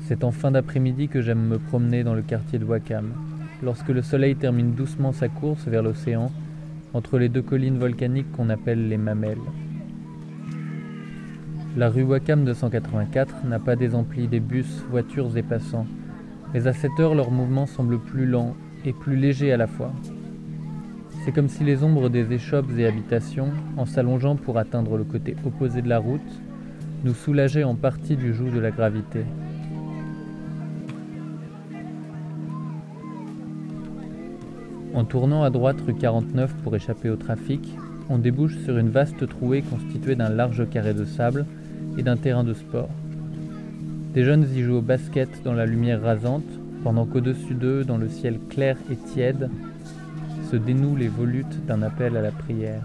C'est en fin d'après-midi que j'aime me promener dans le quartier de Wakam, lorsque le soleil termine doucement sa course vers l'océan, entre les deux collines volcaniques qu'on appelle les Mamelles. La rue Wakam 284 n'a pas désempli des bus, voitures et passants, mais à cette heure leur mouvement semble plus lent et plus léger à la fois. C'est comme si les ombres des échoppes et habitations, en s'allongeant pour atteindre le côté opposé de la route, nous soulageaient en partie du joug de la gravité. En tournant à droite rue 49 pour échapper au trafic, on débouche sur une vaste trouée constituée d'un large carré de sable et d'un terrain de sport. Des jeunes y jouent au basket dans la lumière rasante, pendant qu'au-dessus d'eux, dans le ciel clair et tiède, se dénouent les volutes d'un appel à la prière.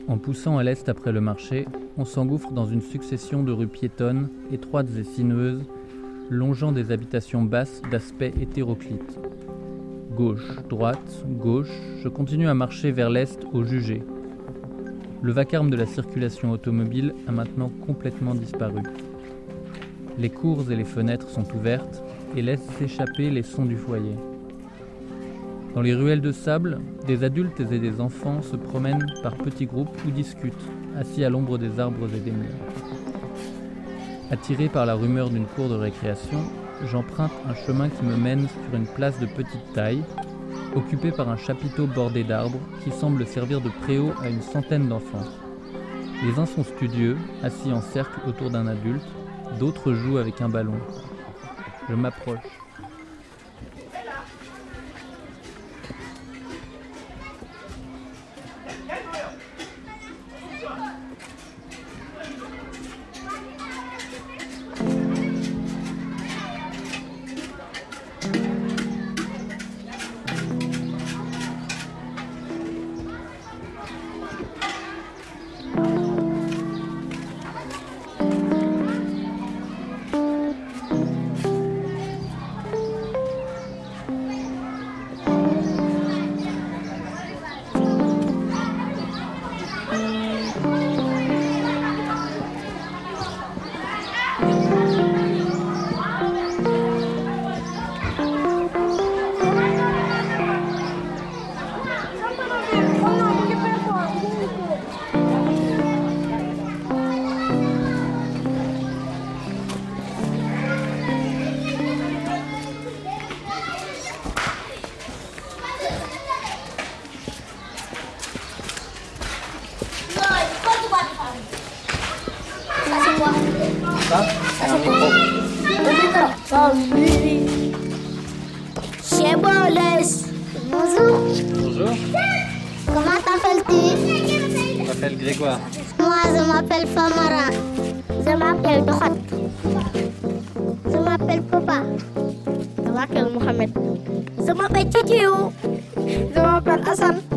En poussant à l'est après le marché, on s'engouffre dans une succession de rues piétonnes, étroites et sinueuses, longeant des habitations basses d'aspect hétéroclite. Gauche, droite, gauche, je continue à marcher vers l'est au Jugé. Le vacarme de la circulation automobile a maintenant complètement disparu. Les cours et les fenêtres sont ouvertes et laissent s'échapper les sons du foyer. Dans les ruelles de sable, des adultes et des enfants se promènent par petits groupes ou discutent, assis à l'ombre des arbres et des murs. Attiré par la rumeur d'une cour de récréation, j'emprunte un chemin qui me mène sur une place de petite taille, occupée par un chapiteau bordé d'arbres qui semble servir de préau à une centaine d'enfants. Les uns sont studieux, assis en cercle autour d'un adulte, d'autres jouent avec un ballon. Je m'approche. Bonjour. Bonjour, Comment t'appelles-tu? je m'appelle Grégoire. Moi, je m'appelle Famara. Je m'appelle Dokhat. Je m'appelle Papa. Je m'appelle Mohamed. Je m'appelle Titiou. Je m'appelle Hassan.